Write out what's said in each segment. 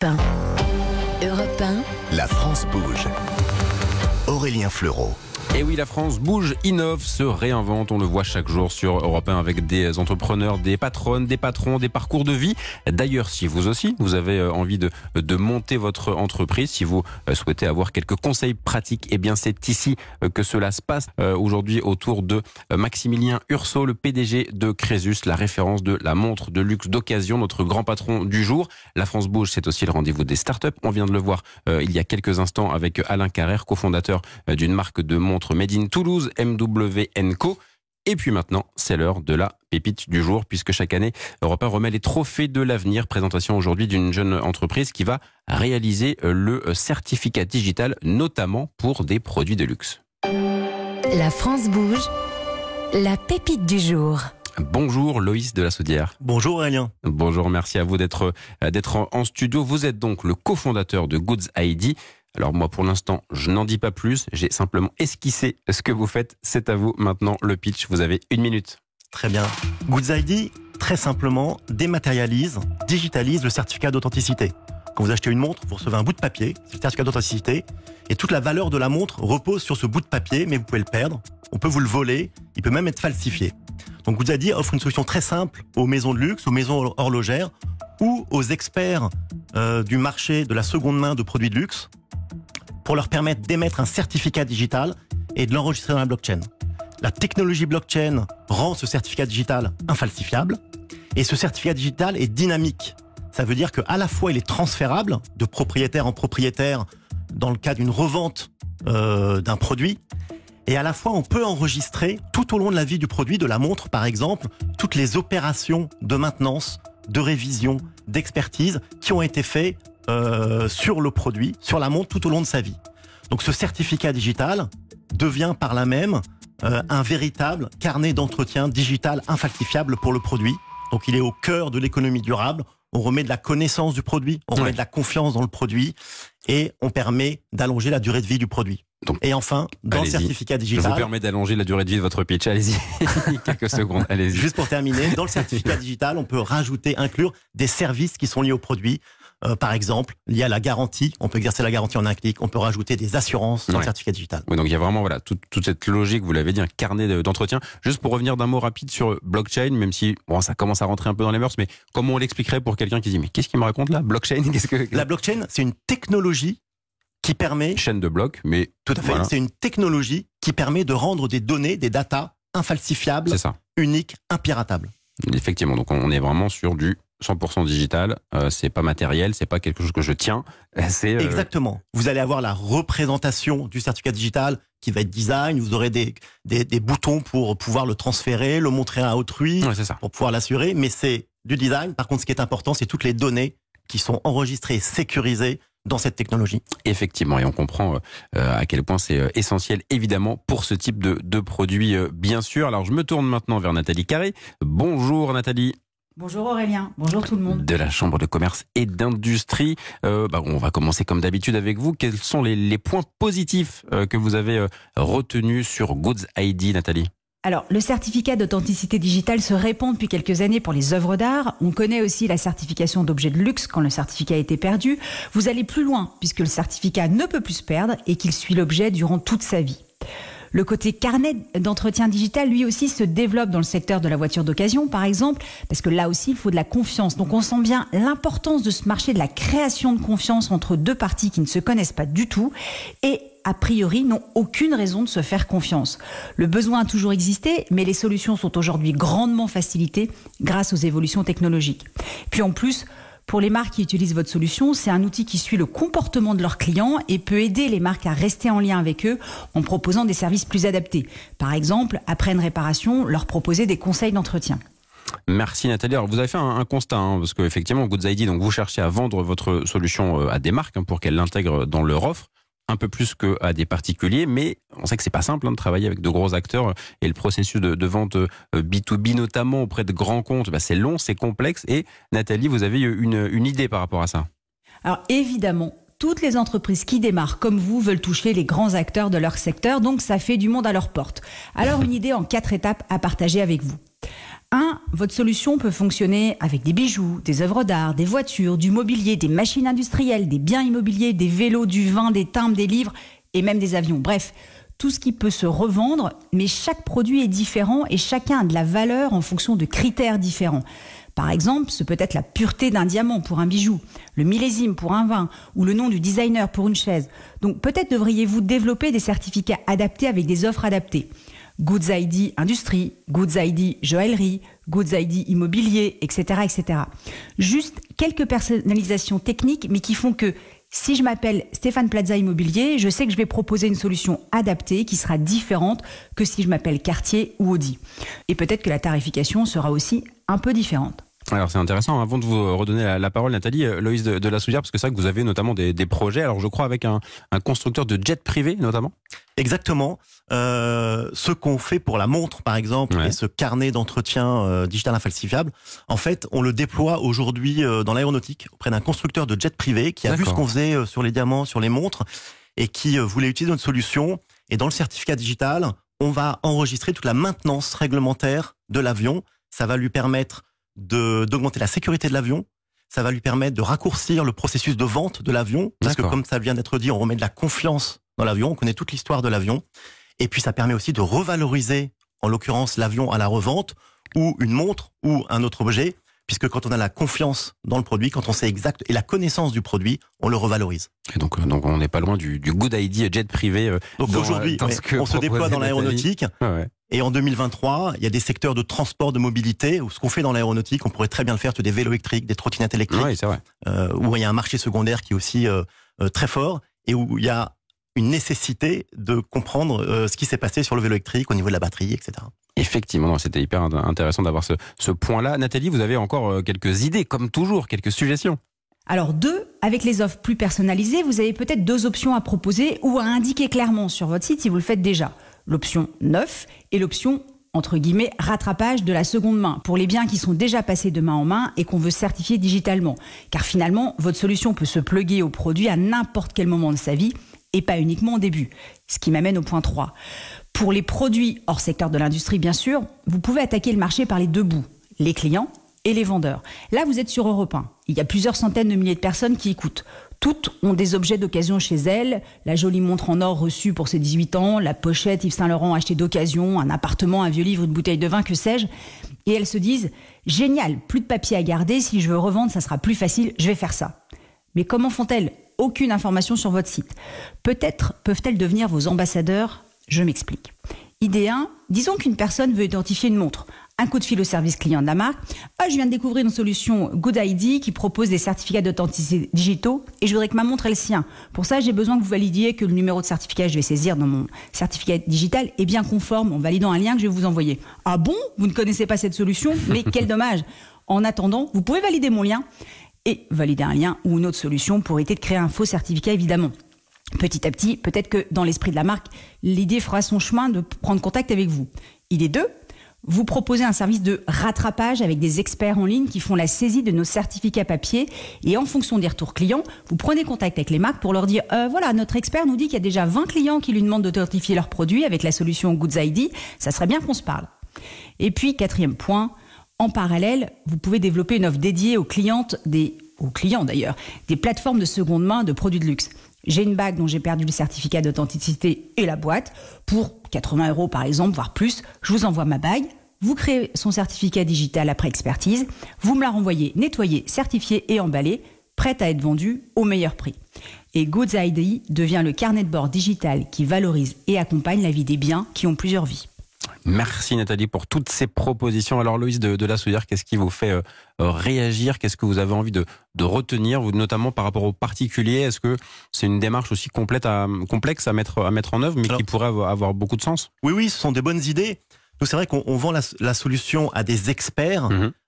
1. Europe 1. La France bouge. Aurélien Fleureau. Et oui, la France bouge, innove, se réinvente. On le voit chaque jour sur Europe 1 avec des entrepreneurs, des patronnes, des patrons, des parcours de vie. D'ailleurs, si vous aussi, vous avez envie de monter votre entreprise, si vous souhaitez avoir quelques conseils pratiques, eh bien c'est ici que cela se passe. Aujourd'hui, autour de Maximilien Urso, le PDG de Crésus, la référence de la montre de luxe d'occasion, notre grand patron du jour. La France bouge, c'est aussi le rendez-vous des startups. On vient de le voir il y a quelques instants avec Alain Carrère, cofondateur d'une marque de montres Made in Toulouse, MW & Co. Et puis maintenant, c'est l'heure de la pépite du jour, puisque chaque année, Europe 1 remet les trophées de l'avenir. Présentation aujourd'hui d'une jeune entreprise qui va réaliser le certificat digital, notamment pour des produits de luxe. La France bouge. La pépite du jour. Bonjour Loïs de la Soudière. Bonjour Aurélien. Bonjour, merci à vous d'être en studio. Vous êtes donc le cofondateur de Goods ID. Alors moi, pour l'instant, je n'en dis pas plus. J'ai simplement esquissé ce que vous faites. C'est à vous maintenant le pitch. Vous avez 1 minute. Très bien. Goods ID, très simplement, dématérialise, digitalise le certificat d'authenticité. Quand vous achetez une montre, vous recevez un bout de papier, c'est le certificat d'authenticité, et toute la valeur de la montre repose sur ce bout de papier, mais vous pouvez le perdre, on peut vous le voler, il peut même être falsifié. Donc Goods ID offre une solution très simple aux maisons de luxe, aux maisons horlogères, ou aux experts du marché de la seconde main de produits de luxe, pour leur permettre d'émettre un certificat digital et de l'enregistrer dans la blockchain. La technologie blockchain rend ce certificat digital infalsifiable et ce certificat digital est dynamique. Ça veut dire qu'à la fois il est transférable de propriétaire en propriétaire dans le cas d'une revente d'un produit et à la fois on peut enregistrer tout au long de la vie du produit, de la montre par exemple, toutes les opérations de maintenance, de révision, d'expertise qui ont été faites sur le produit, sur la montre tout au long de sa vie. Donc ce certificat digital devient par là même un véritable carnet d'entretien digital infalsifiable pour le produit. Donc il est au cœur de l'économie durable. On remet de la connaissance du produit, on remet de la confiance dans le produit et on permet d'allonger la durée de vie du produit. Donc, et enfin, dans le certificat digital... Je vous permets d'allonger la durée de vie de votre pitch. Allez-y, quelques secondes, allez-y. Juste pour terminer, dans le certificat digital, on peut inclure des services qui sont liés au produit. Par exemple, lié à la garantie, on peut exercer la garantie en un clic, on peut rajouter des assurances dans le certificat digital. Oui, donc il y a vraiment toute cette logique, vous l'avez dit, un carnet d'entretien. Juste pour revenir d'un mot rapide sur blockchain, même si ça commence à rentrer un peu dans les mœurs, mais comment on l'expliquerait pour quelqu'un qui dit mais qu'est-ce qu'il me raconte là, blockchain? La blockchain, c'est une technologie qui permet... Chaîne de blocs, mais... Tout à fait, c'est une technologie qui permet de rendre des données, des datas infalsifiables, uniques, impiratables. Effectivement, donc on est vraiment sur du 100% digital, c'est pas matériel, c'est pas quelque chose que je tiens. Exactement. Vous allez avoir la représentation du certificat digital qui va être design, vous aurez des boutons pour pouvoir le transférer, le montrer à autrui, pour pouvoir l'assurer, mais c'est du design. Par contre, ce qui est important, c'est toutes les données qui sont enregistrées et sécurisées dans cette technologie. Effectivement, et on comprend à quel point c'est essentiel, évidemment, pour ce type de produit, bien sûr. Alors, je me tourne maintenant vers Nathalie Carré. Bonjour Nathalie. Bonjour Aurélien, bonjour tout le monde. De la Chambre de commerce et d'industrie. On va commencer comme d'habitude avec vous. Quels sont les points positifs que vous avez retenus sur Goods ID, Nathalie ? Alors, le certificat d'authenticité digitale se répand depuis quelques années pour les œuvres d'art. On connaît aussi la certification d'objets de luxe quand le certificat a été perdu. Vous allez plus loin puisque le certificat ne peut plus se perdre et qu'il suit l'objet durant toute sa vie. Le côté carnet d'entretien digital, lui aussi, se développe dans le secteur de la voiture d'occasion, par exemple, parce que là aussi, il faut de la confiance. Donc, on sent bien l'importance de ce marché de la création de confiance entre deux parties qui ne se connaissent pas du tout et, a priori, n'ont aucune raison de se faire confiance. Le besoin a toujours existé, mais les solutions sont aujourd'hui grandement facilitées grâce aux évolutions technologiques. Puis en plus, pour les marques qui utilisent votre solution, c'est un outil qui suit le comportement de leurs clients et peut aider les marques à rester en lien avec eux en proposant des services plus adaptés. Par exemple, après une réparation, leur proposer des conseils d'entretien. Merci Nathalie. Alors vous avez fait un constat, parce qu'effectivement, Goods ID, donc vous cherchez à vendre votre solution à des marques pour qu'elles l'intègrent dans leur offre, un peu plus qu'à des particuliers, mais on sait que c'est pas simple de travailler avec de gros acteurs et le processus de vente B2B, notamment auprès de grands comptes, c'est long, c'est complexe. Et Nathalie, vous avez une idée par rapport à ça? Alors évidemment, toutes les entreprises qui démarrent comme vous veulent toucher les grands acteurs de leur secteur, donc ça fait du monde à leur porte. Alors une idée en 4 étapes à partager avec vous. Votre solution peut fonctionner avec des bijoux, des œuvres d'art, des voitures, du mobilier, des machines industrielles, des biens immobiliers, des vélos, du vin, des timbres, des livres et même des avions. Bref, tout ce qui peut se revendre, mais chaque produit est différent et chacun a de la valeur en fonction de critères différents. Par exemple, ce peut être la pureté d'un diamant pour un bijou, le millésime pour un vin ou le nom du designer pour une chaise. Donc peut-être devriez-vous développer des certificats adaptés avec des offres adaptées. Goods ID Industrie, Goods ID Joaillerie, Goods ID Immobilier, etc., etc. Juste quelques personnalisations techniques, mais qui font que si je m'appelle Stéphane Plaza Immobilier, je sais que je vais proposer une solution adaptée qui sera différente que si je m'appelle Cartier ou Audi. Et peut-être que la tarification sera aussi un peu différente. Alors c'est intéressant, avant de vous redonner la parole Nathalie, Loïs de la Soudière, parce que c'est vrai que vous avez notamment des projets, alors je crois avec un constructeur de jet privé notamment. Exactement. Ce qu'on fait pour la montre, par exemple, et ce carnet d'entretien digital infalsifiable, en fait, on le déploie aujourd'hui dans l'aéronautique auprès d'un constructeur de jet privé qui a vu ce qu'on faisait sur les diamants, sur les montres, et qui voulait utiliser notre solution. Et dans le certificat digital, on va enregistrer toute la maintenance réglementaire de l'avion. Ça va lui permettre d'augmenter la sécurité de l'avion. Ça va lui permettre de raccourcir le processus de vente de l'avion. Parce que comme ça vient d'être dit, on remet de la confiance dans l'avion. On connaît toute l'histoire de l'avion. Et puis ça permet aussi de revaloriser, en l'occurrence, l'avion à la revente ou une montre ou un autre objet. Puisque quand on a la confiance dans le produit, quand on sait exact et la connaissance du produit, on le revalorise. Et donc on n'est pas loin du Good ID jet privé. Donc aujourd'hui, on se déploie dans l'aéronautique. Et en 2023, il y a des secteurs de transport, de mobilité, où ce qu'on fait dans l'aéronautique, on pourrait très bien le faire sur des vélos électriques, des trottinettes électriques, c'est vrai. Où il y a un marché secondaire qui est aussi très fort, et où il y a une nécessité de comprendre ce qui s'est passé sur le vélo électrique au niveau de la batterie, etc. Effectivement, c'était hyper intéressant d'avoir ce point-là. Nathalie, vous avez encore quelques idées, comme toujours, quelques suggestions. Alors avec les offres plus personnalisées, vous avez peut-être 2 options à proposer ou à indiquer clairement sur votre site si vous le faites déjà. L'option neuf et l'option, entre guillemets, rattrapage de la seconde main pour les biens qui sont déjà passés de main en main et qu'on veut certifier digitalement. Car finalement, votre solution peut se plugger au produit à n'importe quel moment de sa vie et pas uniquement au début. Ce qui m'amène au point 3. Pour les produits hors secteur de l'industrie, bien sûr, vous pouvez attaquer le marché par les 2 bouts, les clients et les vendeurs. Là, vous êtes sur Europe 1. Il y a plusieurs centaines de milliers de personnes qui écoutent. Toutes ont des objets d'occasion chez elles, la jolie montre en or reçue pour ses 18 ans, la pochette Yves Saint Laurent achetée d'occasion, un appartement, un vieux livre, une bouteille de vin, que sais-je. Et elles se disent « Génial, plus de papier à garder, si je veux revendre, ça sera plus facile, je vais faire ça ». Mais comment font-elles ? Aucune information sur votre site. Peut-être peuvent-elles devenir vos ambassadeurs ? Je m'explique. Idée 1, disons qu'une personne veut identifier une montre. Un coup de fil au service client de la marque. Je viens de découvrir une solution Good ID qui propose des certificats d'authenticité digitaux et je voudrais que ma montre ait le sien. Pour ça, j'ai besoin que vous validiez que le numéro de certificat que je vais saisir dans mon certificat digital est bien conforme en validant un lien que je vais vous envoyer. Ah bon ? Vous ne connaissez pas cette solution ? Mais quel dommage ! En attendant, vous pouvez valider mon lien et valider un lien ou une autre solution pour éviter de créer un faux certificat, évidemment. Petit à petit, peut-être que dans l'esprit de la marque, l'idée fera son chemin de prendre contact avec vous. Idée 2, vous proposez un service de rattrapage avec des experts en ligne qui font la saisie de nos certificats papier et en fonction des retours clients, vous prenez contact avec les marques pour leur dire voilà, notre expert nous dit qu'il y a déjà 20 clients qui lui demandent d'authentifier leurs produits avec la solution Goods ID, ça serait bien qu'on se parle. Et puis, 4e point, en parallèle, vous pouvez développer une offre dédiée aux clients d'ailleurs, des plateformes de seconde main de produits de luxe. J'ai une bague dont j'ai perdu le certificat d'authenticité et la boîte. Pour 80 € par exemple, voire plus, je vous envoie ma bague. Vous créez son certificat digital après expertise. Vous me la renvoyez nettoyée, certifiée et emballée, prête à être vendue au meilleur prix. Et Goods ID devient le carnet de bord digital qui valorise et accompagne la vie des biens qui ont plusieurs vies. Merci Nathalie pour toutes ces propositions. Alors Loïs de la Soudière, qu'est-ce qui vous fait réagir ? Qu'est-ce que vous avez envie de retenir, vous, notamment par rapport aux particuliers ? Est-ce que c'est une démarche aussi complexe à mettre en œuvre, mais qui pourrait avoir beaucoup de sens ? Oui, ce sont des bonnes idées. Donc c'est vrai qu'on vend la solution à des experts,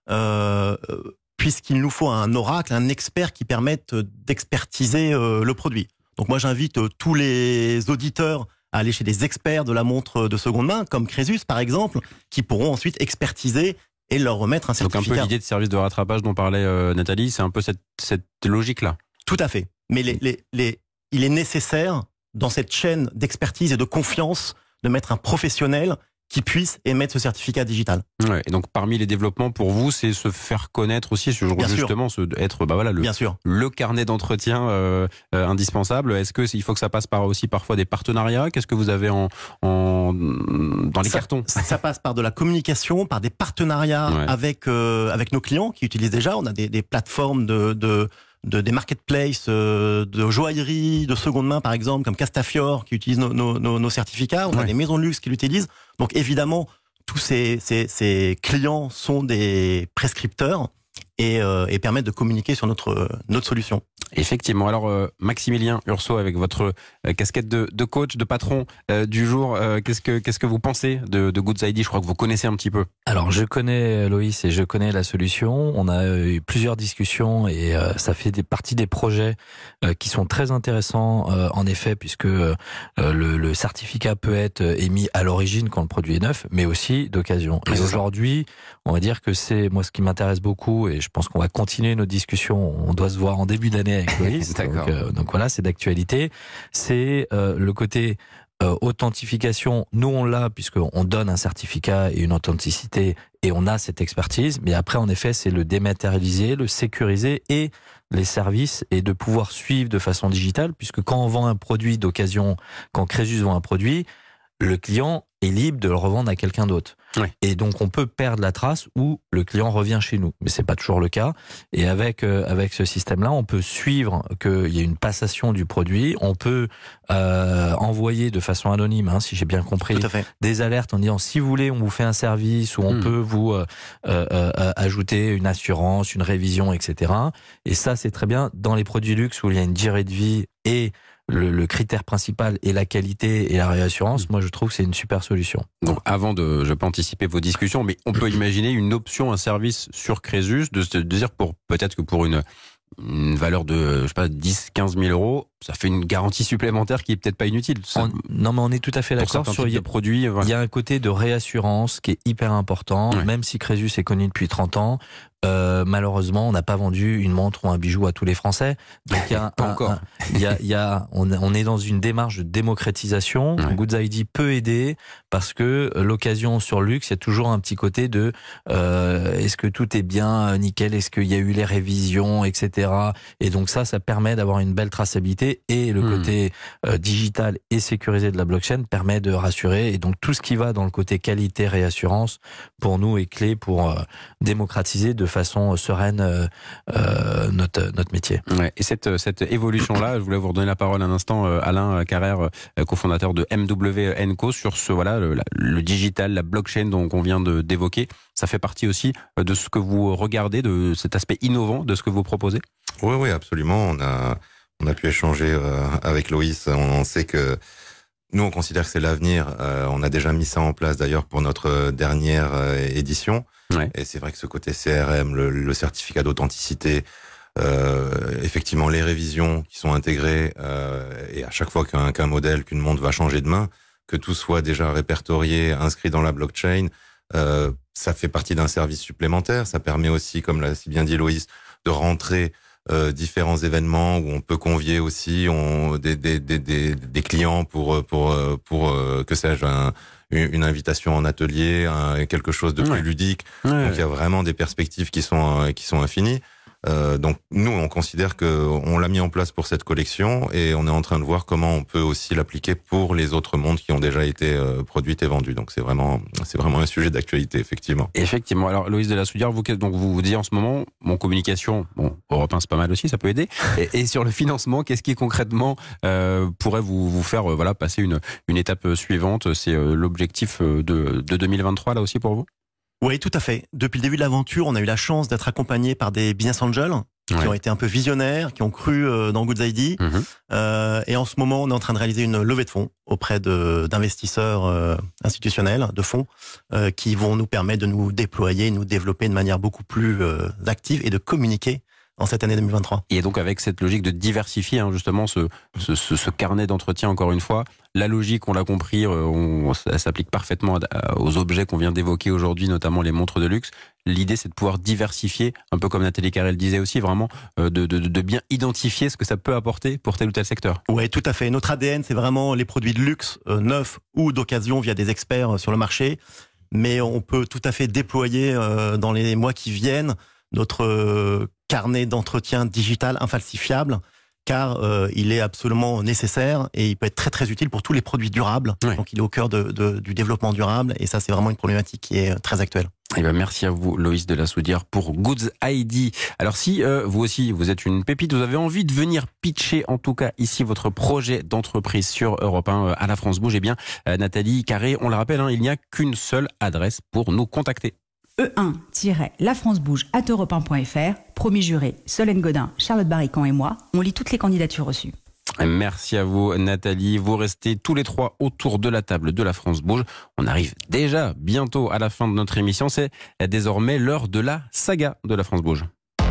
puisqu'il nous faut un oracle, un expert qui permette d'expertiser le produit. Donc moi j'invite tous les auditeurs à aller chez des experts de la montre de seconde main, comme Crésus par exemple, qui pourront ensuite expertiser et leur remettre un certificat. Donc un peu l'idée de service de rattrapage dont parlait Nathalie, c'est un peu cette logique-là. Tout à fait. Mais il est nécessaire, dans cette chaîne d'expertise et de confiance, de mettre un professionnel qui puissent émettre ce certificat digital. Ouais, et donc parmi les développements pour vous, c'est se faire connaître aussi, justement, être Bien sûr. le carnet d'entretien indispensable. Est-ce que il faut que ça passe par aussi parfois des partenariats? Qu'est-ce que vous avez dans les cartons? Ça passe par de la communication, par des partenariats avec nos clients qui utilisent déjà. On a des plateformes des marketplaces de joaillerie de seconde main, par exemple, comme Castafiore, qui utilisent nos certificats. On a des maisons de luxe qui l'utilisent. Donc évidemment, tous ces clients sont des prescripteurs et permettent de communiquer sur notre solution. Effectivement. Alors, Maximilien Urso, avec votre casquette de coach, de patron du jour, qu'est-ce que vous pensez de Goods ID? Je crois que vous connaissez un petit peu. Alors, je connais Loïs et je connais la solution. On a eu plusieurs discussions et ça fait partie des projets qui sont très intéressants, en effet, puisque le certificat peut être émis à l'origine quand le produit est neuf, mais aussi d'occasion. Et aujourd'hui, on va dire que c'est moi ce qui m'intéresse beaucoup, et je pense qu'on va continuer nos discussions. On doit se voir en début d'année avec Loïs. donc voilà, c'est d'actualité. C'est le côté authentification. Nous, on l'a puisqu'on donne un certificat et une authenticité et on a cette expertise. Mais après, en effet, c'est le dématérialiser, le sécuriser et les services et de pouvoir suivre de façon digitale, puisque quand on vend un produit d'occasion, quand Crésus vend un produit, le client est libre de le revendre à quelqu'un d'autre. Oui. Et donc on peut perdre la trace ou le client revient chez nous, mais c'est pas toujours le cas. Et avec ce système-là, on peut suivre qu'il y a une passation du produit. On peut envoyer de façon anonyme, si j'ai bien compris, des alertes en disant si vous voulez, on vous fait un service ou on peut vous ajouter une assurance, une révision, etc. Et ça, c'est très bien dans les produits luxe où il y a une durée de vie et le critère principal est la qualité et la réassurance. Moi, je trouve que c'est une super solution. Donc, je peux anticiper vos discussions, mais on peut imaginer une option, un service sur Crésus, de dire peut-être que pour une valeur de, je sais pas, 10, 15 000 euros, ça fait une garantie supplémentaire qui est peut-être pas inutile. Non, mais on est tout à fait d'accord sur les produits. Il y a un côté de réassurance qui est hyper important. Ouais. Même si Crésus est connu depuis 30 ans, malheureusement, on n'a pas vendu une montre ou un bijou à tous les Français. Donc on est dans une démarche de démocratisation. Ouais. Goods ID peut aider parce que l'occasion sur luxe, il y a toujours un petit côté de est-ce que tout est bien nickel, est-ce qu'il y a eu les révisions, etc. Et donc ça permet d'avoir une belle traçabilité et le côté digital et sécurisé de la blockchain permet de rassurer. Et donc tout ce qui va dans le côté qualité, réassurance, pour nous est clé pour démocratiser de façon sereine notre métier. Ouais, et cette évolution-là, je voulais vous redonner la parole un instant, Alain Carrère, cofondateur de MW & Co, sur le digital, la blockchain dont on vient d'évoquer. Ça fait partie aussi de ce que vous regardez, de cet aspect innovant de ce que vous proposez? Oui, absolument. On a pu échanger avec Loïs. On sait que nous, on considère que c'est l'avenir. On a déjà mis ça en place d'ailleurs pour notre dernière édition. Ouais. Et c'est vrai que ce côté CRM, le certificat d'authenticité, effectivement les révisions qui sont intégrées, et à chaque fois qu'un modèle, qu'une montre va changer de main, que tout soit déjà répertorié, inscrit dans la blockchain, ça fait partie d'un service supplémentaire. Ça permet aussi, comme l'a si bien dit Loïs, de rentrer différents événements où on peut convier aussi des clients pour que sais-je, une invitation en atelier, quelque chose de plus ludique. Donc il y a vraiment des perspectives qui sont infinies. Donc nous, on considère qu'on l'a mis en place pour cette collection et on est en train de voir comment on peut aussi l'appliquer pour les autres montres qui ont déjà été produites et vendues. Donc c'est vraiment un sujet d'actualité, effectivement. Effectivement. Alors Loïs de la Soudière, vous disiez en ce moment, communication, Europe 1 c'est pas mal aussi, ça peut aider. Et sur le financement, qu'est-ce qui concrètement pourrait vous faire passer une étape suivante? C'est l'objectif de 2023 là aussi pour vous? Oui, tout à fait. Depuis le début de l'aventure, on a eu la chance d'être accompagné par des business angels qui ont été un peu visionnaires, qui ont cru dans Goods ID. Et en ce moment, on est en train de réaliser une levée de fonds auprès d'investisseurs institutionnels, de fonds, qui vont nous permettre de nous déployer, nous développer de manière beaucoup plus active et de communiquer en cette année 2023. Et donc avec cette logique de diversifier justement ce carnet d'entretien, encore une fois, la logique, on l'a compris, ça s'applique parfaitement aux objets qu'on vient d'évoquer aujourd'hui, notamment les montres de luxe. L'idée, c'est de pouvoir diversifier, un peu comme Nathalie Carré le disait aussi, vraiment de bien identifier ce que ça peut apporter pour tel ou tel secteur. Oui, tout à fait. Notre ADN, c'est vraiment les produits de luxe, neufs ou d'occasion via des experts sur le marché. Mais on peut tout à fait déployer dans les mois qui viennent notre carnet d'entretien digital infalsifiable, car il est absolument nécessaire et il peut être très très utile pour tous les produits durables. Ouais. Donc il est au cœur du développement durable et ça c'est vraiment une problématique qui est très actuelle. Eh ben merci à vous, Loïs de la Soudière, pour Goods ID. Alors si vous aussi, vous êtes une pépite, vous avez envie de venir pitcher, en tout cas ici, votre projet d'entreprise sur Europe 1 à la France Bouge, eh bien, Nathalie Carré, on le rappelle, il n'y a qu'une seule adresse pour nous contacter. E1-lafrancebouge@europe1.fr. Promis juré, Solène Godin, Charlotte Barrican et moi, on lit toutes les candidatures reçues. Merci à vous, Nathalie. Vous restez tous les trois autour de la table de la France Bouge. On arrive déjà bientôt à la fin de notre émission. C'est désormais l'heure de la saga de la France Bouge.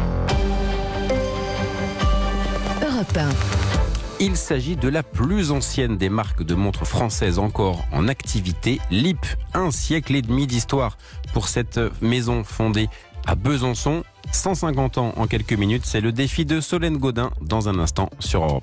Europe 1. Il s'agit de la plus ancienne des marques de montres françaises encore en activité, LIP. 1 siècle et demi d'histoire pour cette maison fondée à Besançon. 150 ans en quelques minutes, c'est le défi de Solène Godin dans un instant sur Europe.